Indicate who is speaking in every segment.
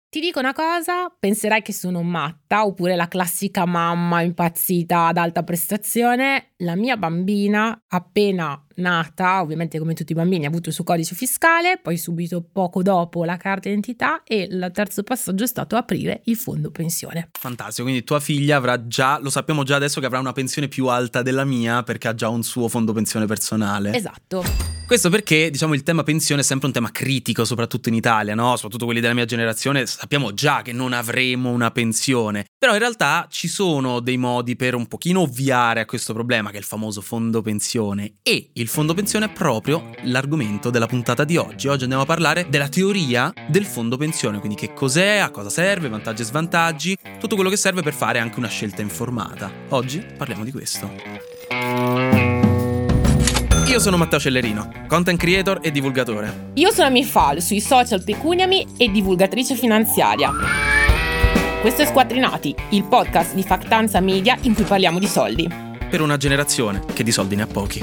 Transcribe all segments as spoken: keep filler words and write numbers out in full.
Speaker 1: Ti dico una cosa, penserai che sono matta oppure la classica mamma impazzita ad alta prestazione. La mia bambina appena nata, ovviamente come tutti i bambini, ha avuto il suo codice fiscale, poi subito poco dopo la carta d'identità e il terzo passaggio è stato aprire il fondo pensione.
Speaker 2: Fantastico, quindi tua figlia avrà già, lo sappiamo già adesso che avrà una pensione più alta della mia perché ha già un suo fondo pensione personale.
Speaker 1: Esatto.
Speaker 2: Questo perché, diciamo, il tema pensione è sempre un tema critico, soprattutto in Italia, no? Soprattutto quelli della mia generazione, sappiamo già che non avremo una pensione. Però in realtà ci sono dei modi per un pochino ovviare a questo problema, che è il famoso fondo pensione. E il fondo pensione è proprio l'argomento della puntata di oggi. Oggi andiamo a parlare della teoria del fondo pensione, quindi che cos'è, a cosa serve, vantaggi e svantaggi, tutto quello che serve per fare anche una scelta informata. Oggi parliamo di questo. Io sono Matteo Cellerino, content creator e divulgatore.
Speaker 1: Io sono Mifal, sui social Pecuniami e divulgatrice finanziaria. Questo è Squattrinati, il podcast di Factanza Media in cui parliamo di soldi.
Speaker 2: Per una generazione che di soldi ne ha pochi.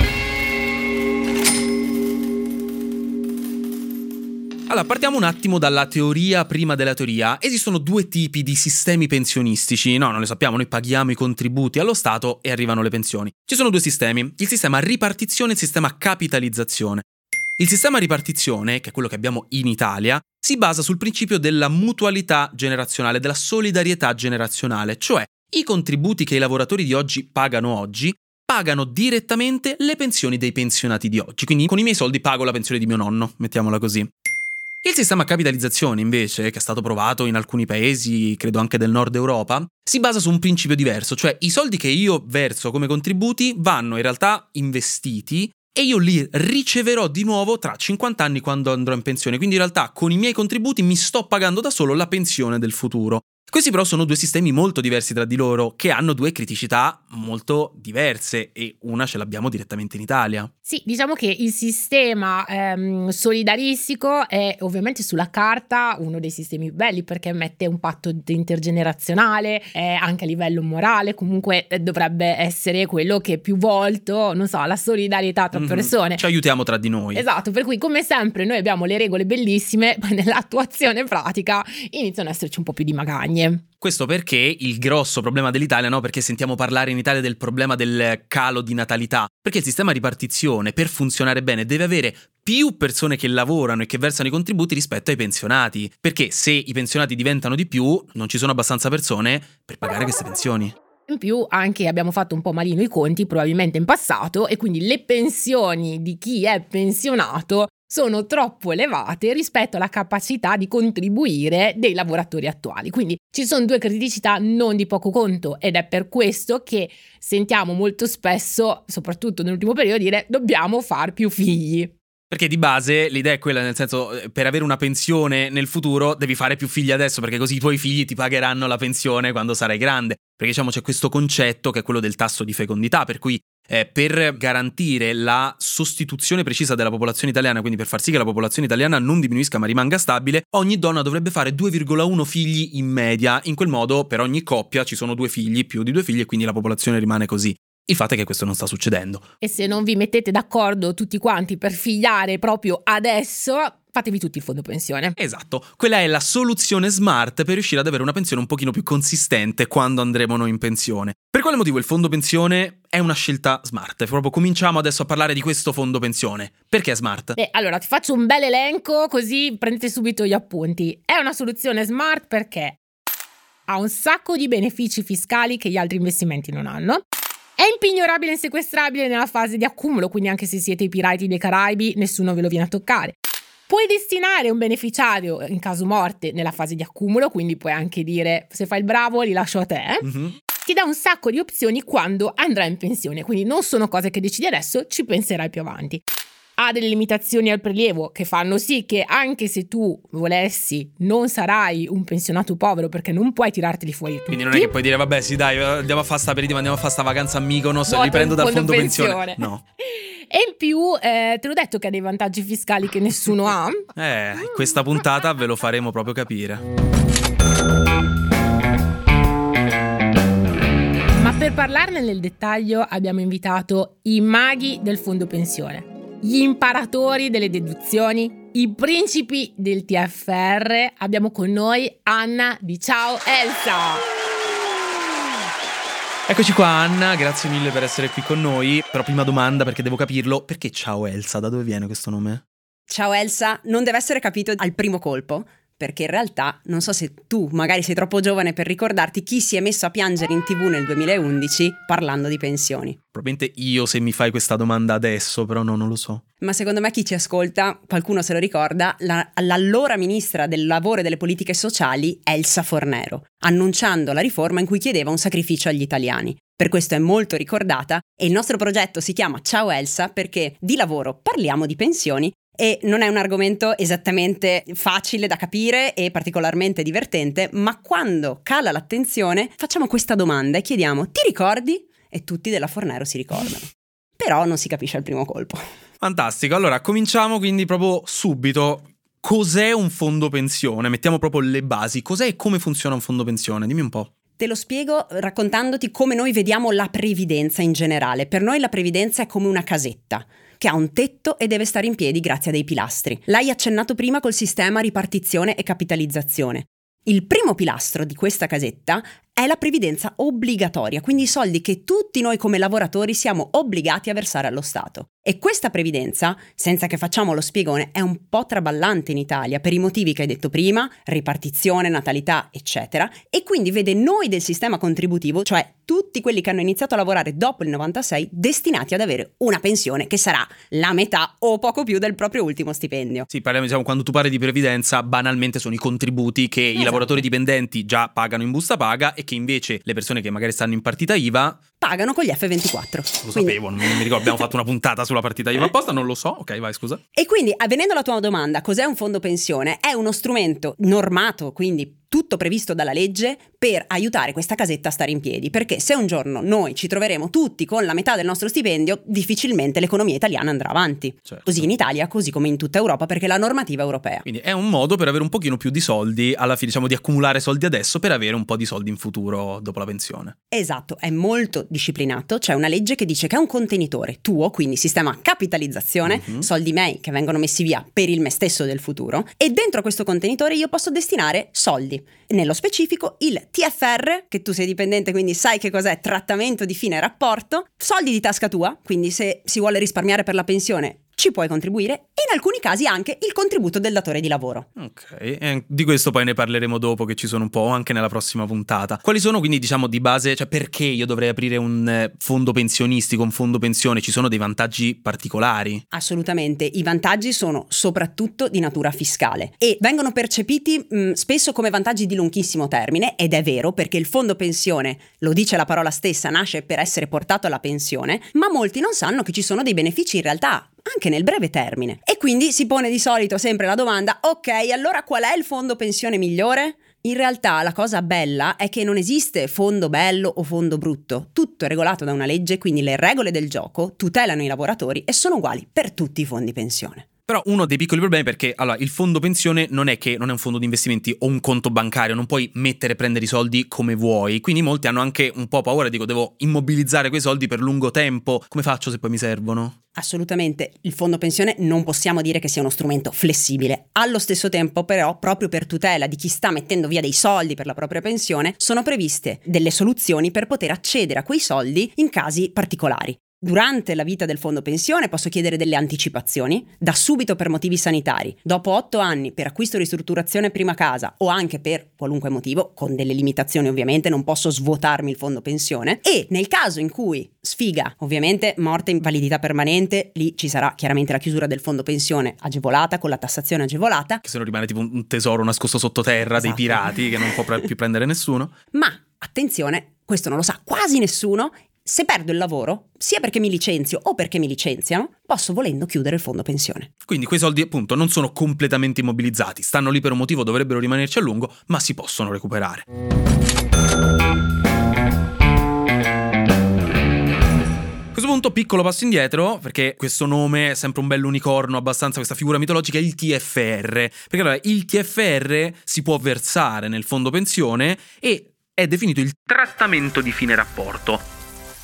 Speaker 2: Allora, partiamo un attimo dalla teoria prima della teoria. Esistono due tipi di sistemi pensionistici. No, non le sappiamo, noi paghiamo i contributi allo Stato e arrivano le pensioni. Ci sono due sistemi, il sistema ripartizione e il sistema capitalizzazione. Il sistema ripartizione, che è quello che abbiamo in Italia, si basa sul principio della mutualità generazionale, della solidarietà generazionale, cioè i contributi che i lavoratori di oggi pagano oggi pagano direttamente le pensioni dei pensionati di oggi. Quindi con i miei soldi pago la pensione di mio nonno, mettiamola così. Il sistema capitalizzazione, invece, che è stato provato in alcuni paesi, credo anche del nord Europa, si basa su un principio diverso, cioè i soldi che io verso come contributi vanno in realtà investiti e io li riceverò di nuovo tra cinquanta anni quando andrò in pensione, quindi in realtà con i miei contributi mi sto pagando da solo la pensione del futuro. Questi però sono due sistemi molto diversi tra di loro, che hanno due criticità molto diverse e una ce l'abbiamo direttamente in Italia.
Speaker 1: Sì, diciamo che il sistema ehm, solidaristico è ovviamente sulla carta uno dei sistemi belli perché mette un patto intergenerazionale, è anche a livello morale, comunque dovrebbe essere quello che è più volto, non so, la solidarietà tra mm-hmm. persone.
Speaker 2: Ci aiutiamo tra di noi.
Speaker 1: Esatto, per cui come sempre noi abbiamo le regole bellissime, ma nell'attuazione pratica iniziano ad esserci un po' più di magagne.
Speaker 2: Questo perché il grosso problema dell'Italia, no? Perché sentiamo parlare in Italia del problema del calo di natalità. Perché il sistema ripartizione, per funzionare bene, deve avere più persone che lavorano e che versano i contributi rispetto ai pensionati. Perché se i pensionati diventano di più, non ci sono abbastanza persone per pagare queste pensioni.
Speaker 1: In più anche abbiamo fatto un po' malino i conti probabilmente in passato e quindi le pensioni di chi è pensionato sono troppo elevate rispetto alla capacità di contribuire dei lavoratori attuali. Quindi ci sono due criticità non di poco conto ed è per questo che sentiamo molto spesso, soprattutto nell'ultimo periodo, dire dobbiamo far più figli.
Speaker 2: Perché di base l'idea è quella, nel senso, per avere una pensione nel futuro devi fare più figli adesso, perché così i tuoi figli ti pagheranno la pensione quando sarai grande. Perché diciamo c'è questo concetto che è quello del tasso di fecondità, per cui eh, per garantire la sostituzione precisa della popolazione italiana, quindi per far sì che la popolazione italiana non diminuisca ma rimanga stabile, ogni donna dovrebbe fare due virgola uno figli in media. In quel modo per ogni coppia ci sono due figli, più di due figli, e quindi la popolazione rimane così. Il fatto è che questo non sta succedendo.
Speaker 1: E se non vi mettete d'accordo tutti quanti per figliare proprio adesso, fatevi tutti il fondo pensione.
Speaker 2: Esatto, quella è la soluzione smart per riuscire ad avere una pensione un pochino più consistente quando andremo noi in pensione. Per quale motivo il fondo pensione è una scelta smart? Proprio cominciamo adesso a parlare di questo fondo pensione. Perché è smart?
Speaker 1: Beh, allora ti faccio un bel elenco così prendete subito gli appunti. È una soluzione smart perché ha un sacco di benefici fiscali che gli altri investimenti non hanno. È impignorabile e insequestrabile nella fase di accumulo, quindi anche se siete i pirati dei Caraibi nessuno ve lo viene a toccare. Puoi destinare un beneficiario in caso morte nella fase di accumulo, quindi puoi anche dire se fai il bravo li lascio a te. Mm-hmm. Ti dà un sacco di opzioni quando andrai in pensione, quindi non sono cose che decidi adesso, ci penserai più avanti. Ha delle limitazioni al prelievo che fanno sì che anche se tu volessi non sarai un pensionato povero perché non puoi tirarteli fuori tutti.
Speaker 2: Quindi non è che puoi dire vabbè sì dai andiamo a fare sta aperitivo, andiamo a fare sta vacanza a Mykonos e li prendo dal fondo pensione. No.
Speaker 1: E in più eh, te l'ho detto che ha dei vantaggi fiscali che nessuno ha.
Speaker 2: Eh, in questa puntata ve lo faremo proprio capire.
Speaker 1: Ma per parlarne nel dettaglio abbiamo invitato i maghi del fondo pensione, gli imparatori delle deduzioni, I principi del T F R. Abbiamo con noi Anna di Ciao Elsa.
Speaker 2: Eccoci qua Anna, grazie mille per essere qui con noi. Però prima domanda, perché devo capirlo, perché Ciao Elsa? Da dove viene questo nome?
Speaker 3: Ciao Elsa non deve essere capito al primo colpo, perché in realtà, non so se tu magari sei troppo giovane per ricordarti chi si è messo a piangere in tv nel duemilaundici parlando di pensioni.
Speaker 2: Probabilmente io se mi fai questa domanda adesso, però no, non lo so.
Speaker 3: Ma secondo me chi ci ascolta, qualcuno se lo ricorda, la, l'allora ministra del lavoro e delle politiche sociali, Elsa Fornero, annunciando la riforma in cui chiedeva un sacrificio agli italiani. Per questo è molto ricordata e il nostro progetto si chiama Ciao Elsa perché di lavoro parliamo di pensioni. E non è un argomento esattamente facile da capire e particolarmente divertente, ma quando cala l'attenzione facciamo questa domanda e chiediamo: ti ricordi? E tutti della Fornero si ricordano. Però non si capisce al primo colpo.
Speaker 2: Fantastico, allora cominciamo quindi proprio subito. Cos'è un fondo pensione? Mettiamo proprio le basi. Cos'è e come funziona un fondo pensione? Dimmi un po'.
Speaker 3: Te lo spiego raccontandoti come noi vediamo la previdenza in generale. Per noi la previdenza è come una casetta che ha un tetto e deve stare in piedi grazie a dei pilastri. L'hai accennato prima col sistema ripartizione e capitalizzazione. Il primo pilastro di questa casetta è la previdenza obbligatoria, quindi i soldi che tutti noi come lavoratori siamo obbligati a versare allo Stato. E questa previdenza, senza che facciamo lo spiegone, è un po' traballante in Italia per i motivi che hai detto prima, ripartizione, natalità, eccetera, e quindi vede noi del sistema contributivo, cioè tutti quelli che hanno iniziato a lavorare dopo il novantasei, destinati ad avere una pensione che sarà la metà o poco più del proprio ultimo stipendio.
Speaker 2: Sì, parliamo, diciamo, quando tu parli di previdenza, banalmente sono i contributi che esatto. I lavoratori dipendenti già pagano in busta paga e che invece le persone che magari stanno in partita I V A
Speaker 3: pagano con gli F ventiquattro.
Speaker 2: Lo
Speaker 3: quindi...
Speaker 2: sapevo, non mi ricordo, abbiamo fatto una puntata sulla partita I V A apposta, non lo so. Ok, vai, scusa.
Speaker 3: E quindi, venendo alla tua domanda, cos'è un fondo pensione? È uno strumento normato, quindi tutto previsto dalla legge per aiutare questa casetta a stare in piedi, perché se un giorno noi ci troveremo tutti con la metà del nostro stipendio, difficilmente l'economia italiana andrà avanti.
Speaker 2: Certo.
Speaker 3: Così in Italia, così come in tutta Europa, perché la normativa è europea.
Speaker 2: Quindi è un modo per avere un pochino più di soldi, alla fine, diciamo, di accumulare soldi adesso per avere un po' di soldi in futuro dopo la pensione.
Speaker 3: Esatto, è molto disciplinato, c'è una legge che dice che è un contenitore tuo, quindi sistema capitalizzazione, mm-hmm. soldi miei che vengono messi via per il me stesso del futuro, e dentro questo contenitore io posso destinare soldi. Nello specifico il T F R, che tu sei dipendente quindi sai che cos'è, trattamento di fine rapporto, soldi di tasca tua, quindi se si vuole risparmiare per la pensione ci puoi contribuire, e in alcuni casi anche il contributo del datore di lavoro.
Speaker 2: Ok, e di questo poi ne parleremo dopo, che ci sono un po', anche nella prossima puntata. Quali sono quindi, diciamo, di base, cioè perché io dovrei aprire un fondo pensionistico, un fondo pensione? Ci sono dei vantaggi particolari?
Speaker 3: Assolutamente, i vantaggi sono soprattutto di natura fiscale e vengono percepiti mh, spesso come vantaggi di lunghissimo termine, ed è vero perché il fondo pensione, lo dice la parola stessa, nasce per essere portato alla pensione, ma molti non sanno che ci sono dei benefici in realtà anche nel breve termine. E quindi si pone di solito sempre la domanda: ok, allora qual è il fondo pensione migliore? In realtà la cosa bella è che non esiste fondo bello o fondo brutto, tutto è regolato da una legge, quindi le regole del gioco tutelano i lavoratori e sono uguali per tutti i fondi pensione.
Speaker 2: Però uno dei piccoli problemi, perché allora il fondo pensione non è che non è un fondo di investimenti o un conto bancario, non puoi mettere e prendere i soldi come vuoi, quindi molti hanno anche un po' paura, dico devo immobilizzare quei soldi per lungo tempo, come faccio se poi mi servono?
Speaker 3: Assolutamente, il fondo pensione non possiamo dire che sia uno strumento flessibile. Allo stesso tempo però, proprio per tutela di chi sta mettendo via dei soldi per la propria pensione, sono previste delle soluzioni per poter accedere a quei soldi in casi particolari. Durante la vita del fondo pensione posso chiedere delle anticipazioni, da subito per motivi sanitari, dopo otto anni per acquisto o ristrutturazione prima casa o anche per qualunque motivo, con delle limitazioni ovviamente, non posso svuotarmi il fondo pensione, e nel caso in cui sfiga, ovviamente morte, invalidità permanente, lì ci sarà chiaramente la chiusura del fondo pensione agevolata con la tassazione agevolata.
Speaker 2: Che se no rimane tipo un tesoro nascosto sottoterra, esatto, dei pirati che non può più prendere nessuno.
Speaker 3: Ma attenzione, questo non lo sa quasi nessuno. Se perdo il lavoro, sia perché mi licenzio o perché mi licenziano, posso volendo chiudere il fondo pensione.
Speaker 2: Quindi quei soldi appunto non sono completamente immobilizzati, stanno lì per un motivo, dovrebbero rimanerci a lungo, ma si possono recuperare. A questo punto piccolo passo indietro, perché questo nome è sempre un bell'unicorno, abbastanza questa figura mitologica, il T F R. Perché allora il T F R si può versare nel fondo pensione e è definito il trattamento di fine rapporto.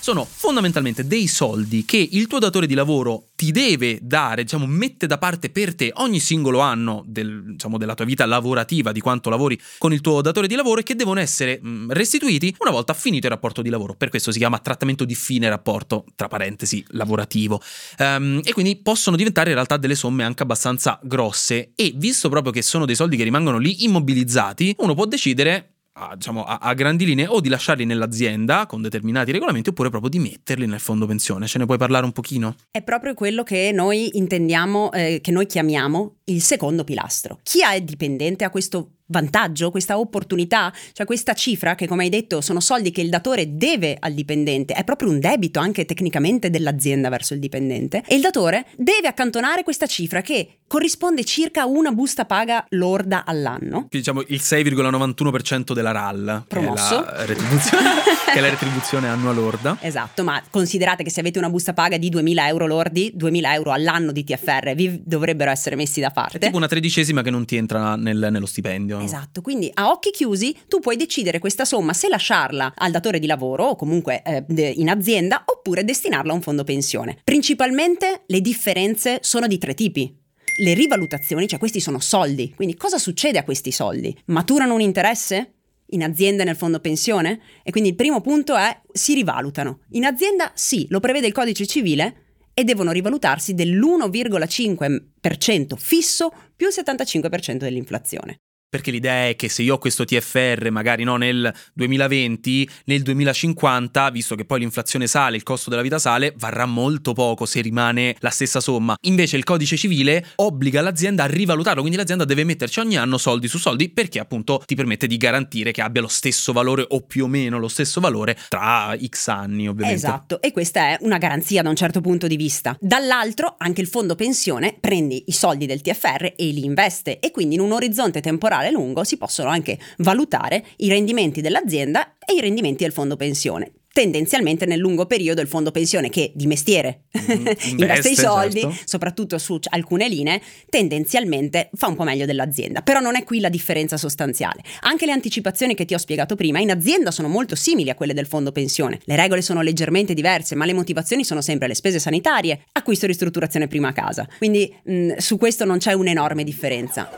Speaker 2: sono fondamentalmente dei soldi che il tuo datore di lavoro ti deve dare, diciamo, mette da parte per te ogni singolo anno del, diciamo, della tua vita lavorativa, di quanto lavori con il tuo datore di lavoro, e che devono essere mh, restituiti una volta finito il rapporto di lavoro. Per questo si chiama trattamento di fine rapporto, tra parentesi, lavorativo. Um, e quindi possono diventare in realtà delle somme anche abbastanza grosse, e visto proprio che sono dei soldi che rimangono lì immobilizzati, uno può decidere A, diciamo, a, a grandi linee o di lasciarli nell'azienda con determinati regolamenti, oppure proprio di metterli nel fondo pensione. Ce ne puoi parlare un pochino?
Speaker 3: È proprio quello che noi intendiamo, eh, che noi chiamiamo il secondo pilastro. Chi è dipendente ha questo vantaggio, questa opportunità, cioè questa cifra che, come hai detto, sono soldi che il datore deve al dipendente, è proprio un debito anche tecnicamente dell'azienda verso il dipendente, e il datore deve accantonare questa cifra che corrisponde circa a una busta paga lorda all'anno.
Speaker 2: Diciamo il sei virgola novantuno per cento della R A L,
Speaker 3: promosso,
Speaker 2: che è la retribuzione, che è la retribuzione annua lorda.
Speaker 3: Esatto, ma considerate che se avete una busta paga di duemila euro lordi, duemila euro all'anno di T F R vi dovrebbero essere messi da parte.
Speaker 2: È tipo una tredicesima che non ti entra nel, nello stipendio.
Speaker 3: Esatto, quindi a occhi chiusi tu puoi decidere questa somma se lasciarla al datore di lavoro o comunque eh, in azienda, oppure destinarla a un fondo pensione. Principalmente le differenze sono di tre tipi. Le rivalutazioni, cioè questi sono soldi, quindi cosa succede a questi soldi? Maturano un interesse? In azienda e nel fondo pensione? E quindi il primo punto è: si rivalutano. In azienda sì, lo prevede il codice civile, e devono rivalutarsi dell'uno virgola cinque per cento fisso più il settantacinque per cento dell'inflazione.
Speaker 2: Perché l'idea è che se io ho questo T F R magari no nel duemilaventi, nel duemilacinquanta, visto che poi l'inflazione sale, il costo della vita sale, varrà molto poco se rimane la stessa somma. Invece il codice civile obbliga l'azienda a rivalutarlo, quindi l'azienda deve metterci ogni anno soldi su soldi, perché appunto ti permette di garantire che abbia lo stesso valore o più o meno lo stesso valore tra X anni, ovviamente.
Speaker 3: Esatto, e questa è una garanzia da un certo punto di vista. Dall'altro anche il fondo pensione prende i soldi del T F R e li investe, e quindi in un orizzonte temporale lungo si possono anche valutare i rendimenti dell'azienda e i rendimenti del fondo pensione. Tendenzialmente nel lungo periodo il fondo pensione, che di mestiere mm, investe, investe i soldi, certo, soprattutto su alcune linee, tendenzialmente fa un po' meglio dell'azienda. Però non è qui la differenza sostanziale. Anche le anticipazioni che ti ho spiegato prima in azienda sono molto simili a quelle del fondo pensione. Le regole sono leggermente diverse, ma le motivazioni sono sempre le spese sanitarie, acquisto e ristrutturazione prima casa. Quindi mh, su questo non c'è un'enorme differenza.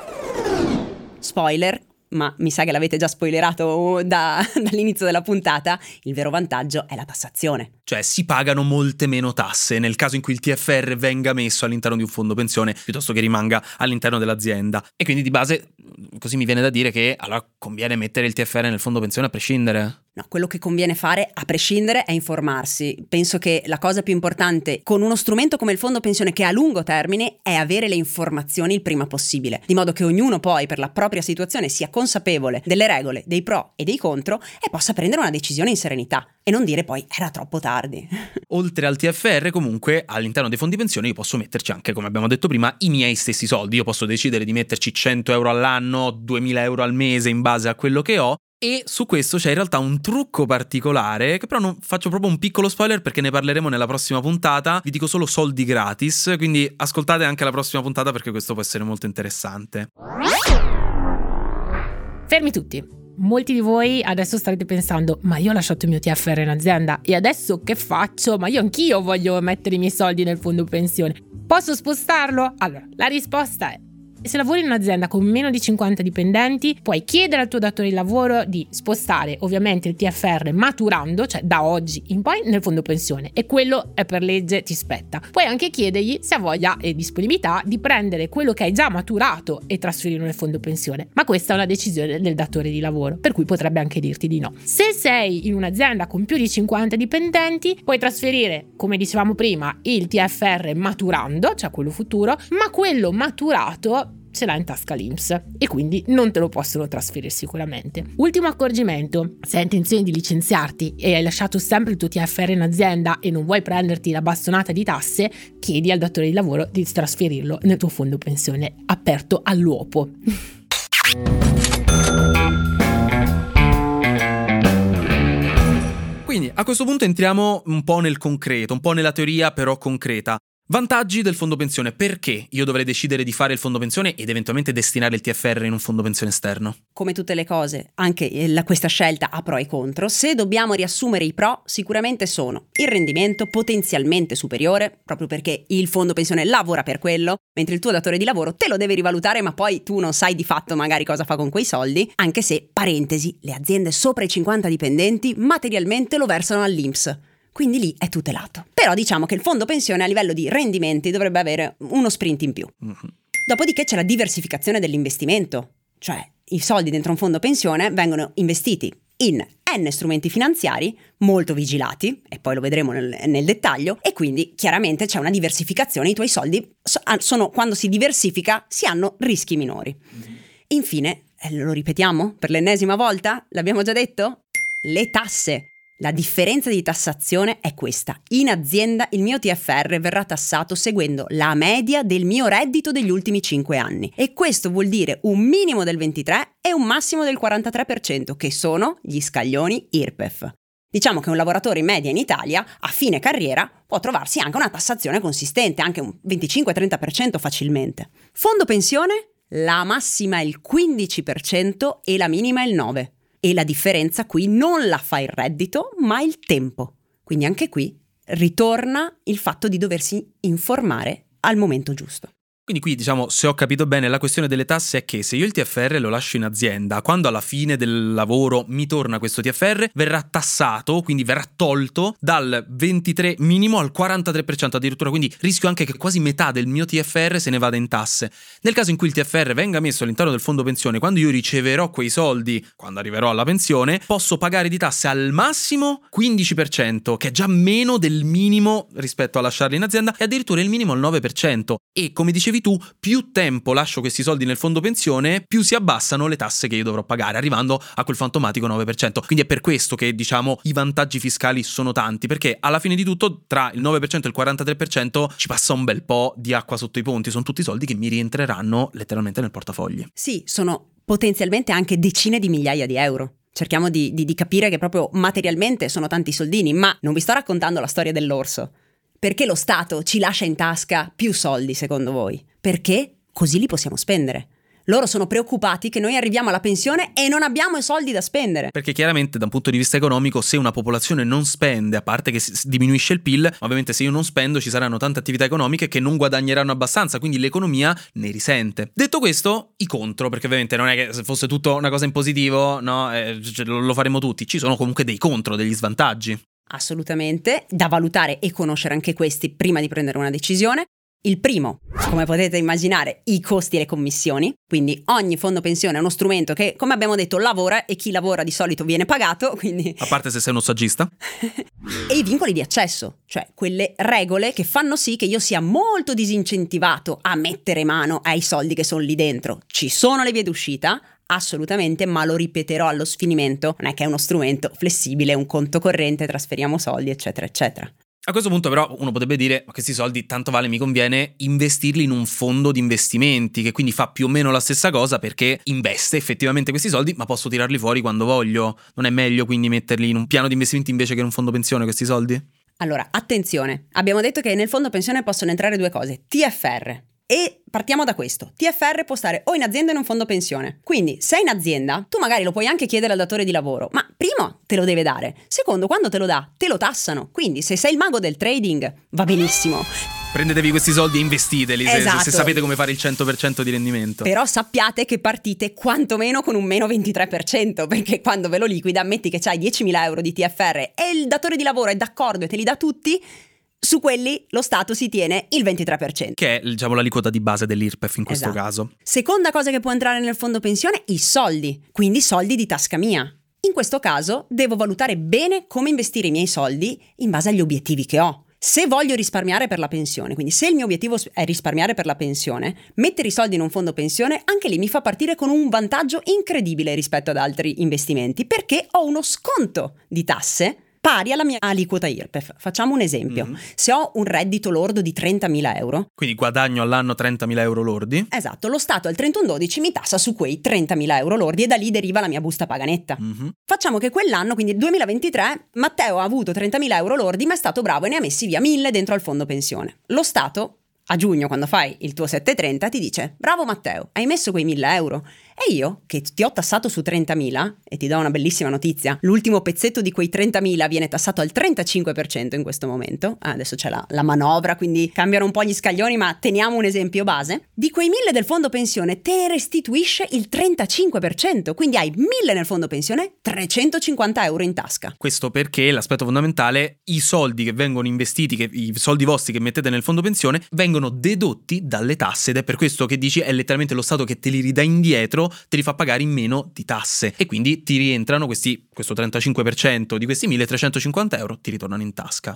Speaker 3: Spoiler, ma mi sa che l'avete già spoilerato da, dall'inizio della puntata, il vero vantaggio è la tassazione.
Speaker 2: Cioè si pagano molte meno tasse nel caso in cui il T F R venga messo all'interno di un fondo pensione piuttosto che rimanga all'interno dell'azienda. E quindi di base così mi viene da dire che allora conviene mettere il T F R nel fondo pensione a prescindere.
Speaker 3: No, quello che conviene fare a prescindere è informarsi. Penso che la cosa più importante con uno strumento come il fondo pensione, che è a lungo termine, è avere le informazioni il prima possibile, di modo che ognuno poi per la propria situazione sia consapevole delle regole, dei pro e dei contro, e possa prendere una decisione in serenità e non dire poi era troppo tardi.
Speaker 2: Oltre al T F R, comunque all'interno dei fondi pensione io posso metterci anche, come abbiamo detto prima, i miei stessi soldi. Io posso decidere di metterci cento euro all'anno, duemila euro al mese in base a quello che ho. E su questo c'è in realtà un trucco particolare, che però non faccio proprio un piccolo spoiler perché ne parleremo nella prossima puntata. Vi dico solo soldi gratis, quindi ascoltate anche la prossima puntata perché questo può essere molto interessante.
Speaker 1: Fermi tutti. Molti di voi adesso starete pensando: ma io ho lasciato il mio T F R in azienda e adesso che faccio? Ma io anch'io voglio mettere i miei soldi nel fondo pensione. Posso spostarlo? Allora, la risposta è: se lavori in un'azienda con meno di cinquanta dipendenti, puoi chiedere al tuo datore di lavoro di spostare ovviamente il T F R maturando, cioè da oggi in poi, nel fondo pensione, e quello è per legge, ti spetta. Puoi anche chiedergli se ha voglia e disponibilità di prendere quello che hai già maturato e trasferirlo nel fondo pensione, ma questa è una decisione del datore di lavoro, per cui potrebbe anche dirti di no. Se sei in un'azienda con più di cinquanta dipendenti, puoi trasferire, come dicevamo prima, il T F R maturando, cioè quello futuro, ma quello maturato ce l'ha in tasca l'I N P S e quindi non te lo possono trasferire sicuramente. Ultimo accorgimento: se hai intenzione di licenziarti e hai lasciato sempre il tuo T F R in azienda e non vuoi prenderti la bastonata di tasse, chiedi al datore di lavoro di trasferirlo nel tuo fondo pensione aperto all'uopo.
Speaker 2: Quindi a questo punto entriamo un po' nel concreto, un po' nella teoria però concreta. Vantaggi del fondo pensione. Perché io dovrei decidere di fare il fondo pensione ed eventualmente destinare il T F R in un fondo pensione esterno?
Speaker 3: Come tutte le cose, anche la, questa scelta ha pro e contro. Se dobbiamo riassumere i pro, sicuramente sono il rendimento potenzialmente superiore, proprio perché il fondo pensione lavora per quello, mentre il tuo datore di lavoro te lo deve rivalutare, ma poi tu non sai di fatto magari cosa fa con quei soldi, anche se, parentesi, le aziende sopra i cinquanta dipendenti materialmente lo versano all'I N P S. Quindi lì è tutelato. Però diciamo che il fondo pensione a livello di rendimenti dovrebbe avere uno sprint in più. Mm-hmm. Dopodiché c'è la diversificazione dell'investimento, cioè i soldi dentro un fondo pensione vengono investiti in N strumenti finanziari molto vigilati, e poi lo vedremo nel, nel dettaglio, e quindi chiaramente c'è una diversificazione, i tuoi soldi sono, quando si diversifica si hanno rischi minori. Mm-hmm. Infine, lo ripetiamo per l'ennesima volta, l'abbiamo già detto, le tasse. La differenza di tassazione è questa. In azienda il mio T F R verrà tassato seguendo la media del mio reddito degli ultimi cinque anni. E questo vuol dire un minimo del ventitré e un massimo del quarantatré per cento, che sono gli scaglioni I R P E F. Diciamo che un lavoratore in media in Italia, a fine carriera, può trovarsi anche una tassazione consistente, anche un venticinque trenta per cento facilmente. Fondo pensione? La massima è il quindici per cento e la minima è il nove per cento. E la differenza qui non la fa il reddito, ma il tempo. Quindi anche qui ritorna il fatto di doversi informare al momento giusto.
Speaker 2: Quindi qui, diciamo, se ho capito bene, la questione delle tasse è che se io il T F R lo lascio in azienda, quando alla fine del lavoro mi torna questo T F R, verrà tassato, quindi verrà tolto dal ventitré minimo al quarantatré per cento addirittura, quindi rischio anche che quasi metà del mio T F R se ne vada in tasse. Nel caso in cui il T F R venga messo all'interno del fondo pensione, quando io riceverò quei soldi, quando arriverò alla pensione, posso pagare di tasse al massimo quindici per cento, che è già meno del minimo rispetto a lasciarli in azienda, e addirittura il minimo al nove per cento. E come dicevi tu, più tempo lascio questi soldi nel fondo pensione, più si abbassano le tasse che io dovrò pagare, arrivando a quel fantomatico nove per cento. Quindi è per questo che, diciamo, i vantaggi fiscali sono tanti, perché alla fine di tutto tra il nove per cento e il quarantatré per cento ci passa un bel po' di acqua sotto i ponti, sono tutti soldi che mi rientreranno letteralmente nel portafogli.
Speaker 3: Sì, sono potenzialmente anche decine di migliaia di euro. Cerchiamo di, di, di capire che proprio materialmente sono tanti soldini, ma non vi sto raccontando la storia dell'orso. Perché lo Stato ci lascia in tasca più soldi, secondo voi? Perché così li possiamo spendere. Loro sono preoccupati che noi arriviamo alla pensione e non abbiamo i soldi da spendere.
Speaker 2: Perché chiaramente da un punto di vista economico, se una popolazione non spende, a parte che diminuisce il P I L, ovviamente se io non spendo ci saranno tante attività economiche che non guadagneranno abbastanza, quindi l'economia ne risente. Detto questo, i contro, perché ovviamente non è che se fosse tutto una cosa in positivo, no, eh, lo faremo tutti. Ci sono comunque dei contro, degli svantaggi.
Speaker 3: Assolutamente, da valutare e conoscere anche questi prima di prendere una decisione. Il primo, come potete immaginare, i costi e le commissioni. Quindi ogni fondo pensione è uno strumento che, come abbiamo detto, lavora, e chi lavora di solito viene pagato, quindi...
Speaker 2: A parte se sei uno saggista.
Speaker 3: E i vincoli di accesso, cioè quelle regole che fanno sì che io sia molto disincentivato a mettere mano ai soldi che sono lì dentro. Ci sono le vie d'uscita? Assolutamente, ma lo ripeterò allo sfinimento, non è che è uno strumento flessibile, un conto corrente, trasferiamo soldi, eccetera, eccetera.
Speaker 2: A questo punto però uno potrebbe dire, ma questi soldi tanto vale mi conviene investirli in un fondo di investimenti, che quindi fa più o meno la stessa cosa perché investe effettivamente questi soldi, ma posso tirarli fuori quando voglio. Non è meglio quindi metterli in un piano di investimenti invece che in un fondo pensione questi soldi?
Speaker 3: Allora, attenzione, abbiamo detto che nel fondo pensione possono entrare due cose, T F R. E partiamo da questo. T F R può stare o in azienda o in un fondo pensione. Quindi, se in azienda, tu magari lo puoi anche chiedere al datore di lavoro, ma primo te lo deve dare. Secondo, quando te lo dà, te lo tassano. Quindi, se sei il mago del trading, va benissimo.
Speaker 2: Prendetevi questi soldi e investiteli,
Speaker 3: esatto.
Speaker 2: se, se sapete come fare il cento per cento di rendimento.
Speaker 3: Però sappiate che partite quantomeno con un meno ventitré per cento, perché quando ve lo liquida, metti che c'hai diecimila euro di T F R e il datore di lavoro è d'accordo e te li dà tutti, su quelli lo Stato si tiene il ventitré per cento.
Speaker 2: Che è, diciamo, l'aliquota di base dell'I R P E F in questo
Speaker 3: esatto.
Speaker 2: caso.
Speaker 3: Seconda cosa che può entrare nel fondo pensione, i soldi, quindi soldi di tasca mia. In questo caso devo valutare bene come investire i miei soldi in base agli obiettivi che ho. Se voglio risparmiare per la pensione, quindi se il mio obiettivo è risparmiare per la pensione, mettere i soldi in un fondo pensione anche lì mi fa partire con un vantaggio incredibile rispetto ad altri investimenti, perché ho uno sconto di tasse pari alla mia aliquota I R P E F. Facciamo un esempio. Mm. Se ho un reddito lordo di trentamila euro,
Speaker 2: quindi guadagno all'anno trentamila euro lordi,
Speaker 3: esatto, lo Stato al trentuno dodici mi tassa su quei trentamila euro lordi e da lì deriva la mia busta paga netta. Mm-hmm. Facciamo che quell'anno, quindi duemilaventitré, Matteo ha avuto trentamila euro lordi, ma è stato bravo e ne ha messi via mille dentro al fondo pensione. Lo Stato a giugno, quando fai il tuo settecentotrenta, ti dice: bravo Matteo, hai messo quei mille euro. E io, che ti ho tassato su trentamila, e ti do una bellissima notizia, l'ultimo pezzetto di quei trentamila viene tassato al trentacinque per cento in questo momento. Ah, adesso c'è la, la manovra, quindi cambiano un po' gli scaglioni, ma teniamo un esempio base. Di quei mille del fondo pensione te ne restituisce il trentacinque per cento, quindi hai mille nel fondo pensione, trecentocinquanta euro in tasca.
Speaker 2: Questo perché l'aspetto fondamentale, i soldi che vengono investiti, che, i soldi vostri che mettete nel fondo pensione, vengono dedotti dalle tasse, ed è per questo che dici è letteralmente lo Stato che te li ridà indietro, te li fa pagare in meno di tasse, e quindi ti rientrano questi, questo trentacinque per cento di questi milletrecentocinquanta euro ti ritornano in tasca.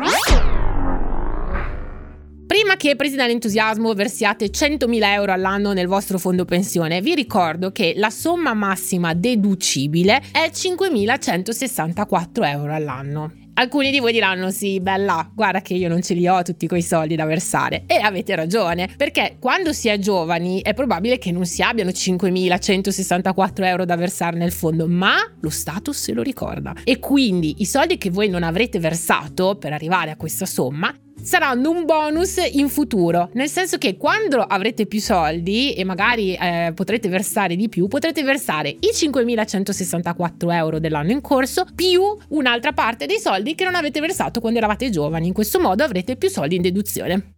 Speaker 1: Prima che, presi dall'entusiasmo, versiate centomila euro all'anno nel vostro fondo pensione, vi ricordo che la somma massima deducibile è cinquemilacentosessantaquattro euro all'anno. Alcuni di voi diranno: sì, bella, guarda che io non ce li ho tutti quei soldi da versare. E avete ragione, perché quando si è giovani è probabile che non si abbiano cinquemilacentosessantaquattro euro da versare nel fondo, ma lo Stato se lo ricorda. E quindi i soldi che voi non avrete versato per arrivare a questa somma saranno un bonus in futuro, nel senso che quando avrete più soldi e magari eh, potrete versare di più, potrete versare i cinquemilacentosessantaquattro euro dell'anno in corso più un'altra parte dei soldi che non avete versato quando eravate giovani. In questo modo avrete più soldi in deduzione.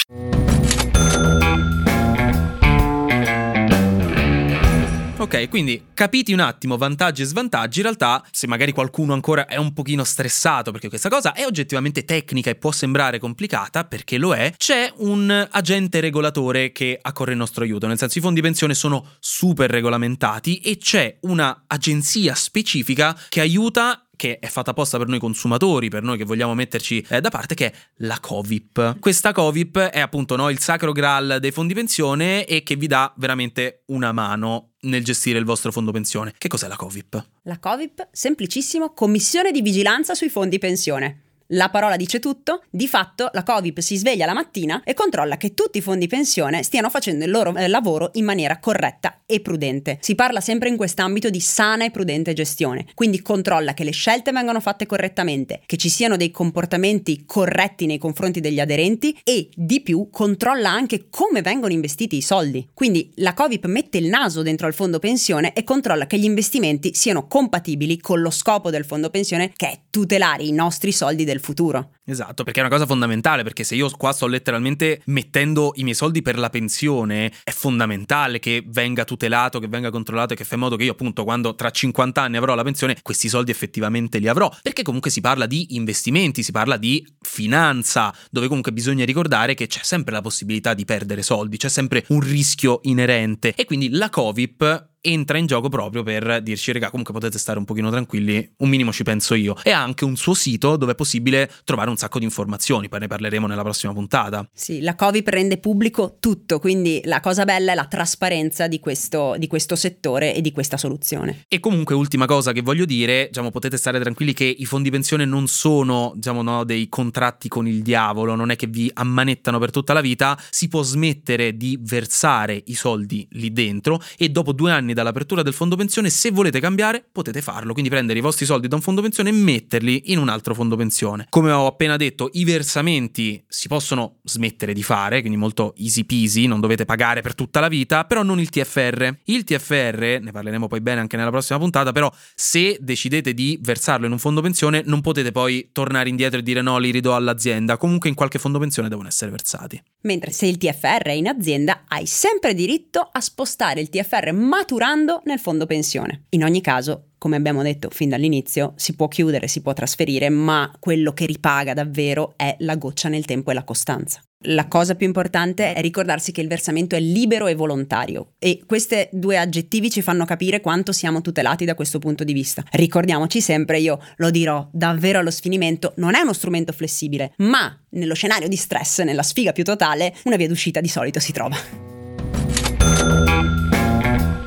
Speaker 2: Ok, quindi capiti un attimo vantaggi e svantaggi. In realtà, se magari qualcuno ancora è un pochino stressato perché questa cosa è oggettivamente tecnica e può sembrare complicata, perché lo è, c'è un agente regolatore che accorre in nostro aiuto. Nel senso, i fondi pensione sono super regolamentati e c'è una agenzia specifica che aiuta, che è fatta apposta per noi consumatori, per noi che vogliamo metterci eh, da parte, che è la Covip. Questa Covip è appunto, no, il sacro graal dei fondi pensione e che vi dà veramente una mano nel gestire il vostro fondo pensione. Che cos'è la Covip?
Speaker 3: La Covip, semplicissimo, Commissione di Vigilanza sui Fondi Pensione. La parola dice tutto. Di fatto la Covip si sveglia la mattina e controlla che tutti i fondi pensione stiano facendo il loro eh, lavoro in maniera corretta e prudente. Si parla sempre in quest'ambito di sana e prudente gestione, quindi controlla che le scelte vengano fatte correttamente, che ci siano dei comportamenti corretti nei confronti degli aderenti e, di più, controlla anche come vengono investiti i soldi. Quindi la Covip mette il naso dentro al fondo pensione e controlla che gli investimenti siano compatibili con lo scopo del fondo pensione, che è tutelare i nostri soldi del futuro.
Speaker 2: Esatto, perché è una cosa fondamentale, perché se io qua sto letteralmente mettendo i miei soldi per la pensione, è fondamentale che venga tutelato, che venga controllato e che fa in modo che io, appunto, quando tra cinquanta anni avrò la pensione, questi soldi effettivamente li avrò, perché comunque si parla di investimenti, si parla di finanza, dove comunque bisogna ricordare che c'è sempre la possibilità di perdere soldi, c'è sempre un rischio inerente, e quindi la Covip entra in gioco proprio per dirci: regà, comunque potete stare un pochino tranquilli, un minimo ci penso io. E ha anche un suo sito dove è possibile trovare un sacco di informazioni, poi ne parleremo nella prossima puntata.
Speaker 3: Sì, la Covip rende pubblico tutto, quindi la cosa bella è la trasparenza di questo, di questo settore e di questa soluzione.
Speaker 2: E comunque, ultima cosa che voglio dire, diciamo, potete stare tranquilli che i fondi pensione non sono, diciamo, no, dei contratti con il diavolo, non è che vi ammanettano per tutta la vita. Si può smettere di versare i soldi lì dentro e dopo due anni dall'apertura del fondo pensione, se volete cambiare, potete farlo, quindi prendere i vostri soldi da un fondo pensione e metterli in un altro fondo pensione. Come ho appena detto, i versamenti si possono smettere di fare, quindi molto easy peasy, non dovete pagare per tutta la vita, però non il T F R. Il T F R, ne parleremo poi bene anche nella prossima puntata, però se decidete di versarlo in un fondo pensione non potete poi tornare indietro e dire no, li ridò all'azienda, comunque in qualche fondo pensione devono essere versati.
Speaker 3: Mentre se il T F R è in azienda, hai sempre diritto a spostare il T F R maturando nel fondo pensione. In ogni caso, come abbiamo detto fin dall'inizio, si può chiudere, si può trasferire, ma quello che ripaga davvero è la goccia nel tempo e la costanza. La cosa più importante è ricordarsi che il versamento è libero e volontario, e questi due aggettivi ci fanno capire quanto siamo tutelati da questo punto di vista. Ricordiamoci sempre, io lo dirò davvero allo sfinimento, non è uno strumento flessibile, ma nello scenario di stress, nella sfiga più totale, una via d'uscita di solito si trova.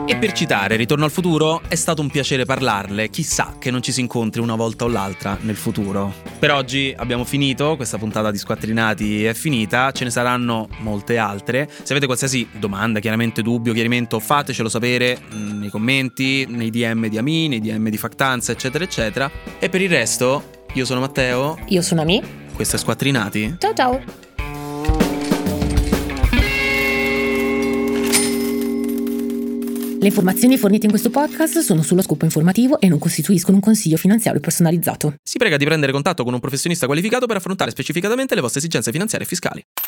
Speaker 2: E per citare Ritorno al futuro, è stato un piacere parlarle, chissà che non ci si incontri una volta o l'altra nel futuro. Per oggi abbiamo finito, questa puntata di Squattrinati è finita, ce ne saranno molte altre. Se avete qualsiasi domanda, chiaramente dubbio, chiarimento, fatecelo sapere nei commenti, nei D M di Ami, nei D M di Factanza, eccetera eccetera. E per il resto, io sono Matteo.
Speaker 1: Io sono Ami.
Speaker 2: Questo è Squattrinati.
Speaker 1: Ciao ciao. Le informazioni fornite in questo podcast sono sullo scopo informativo e non costituiscono un consiglio finanziario personalizzato.
Speaker 2: Si prega di prendere contatto con un professionista qualificato per affrontare specificatamente le vostre esigenze finanziarie e fiscali.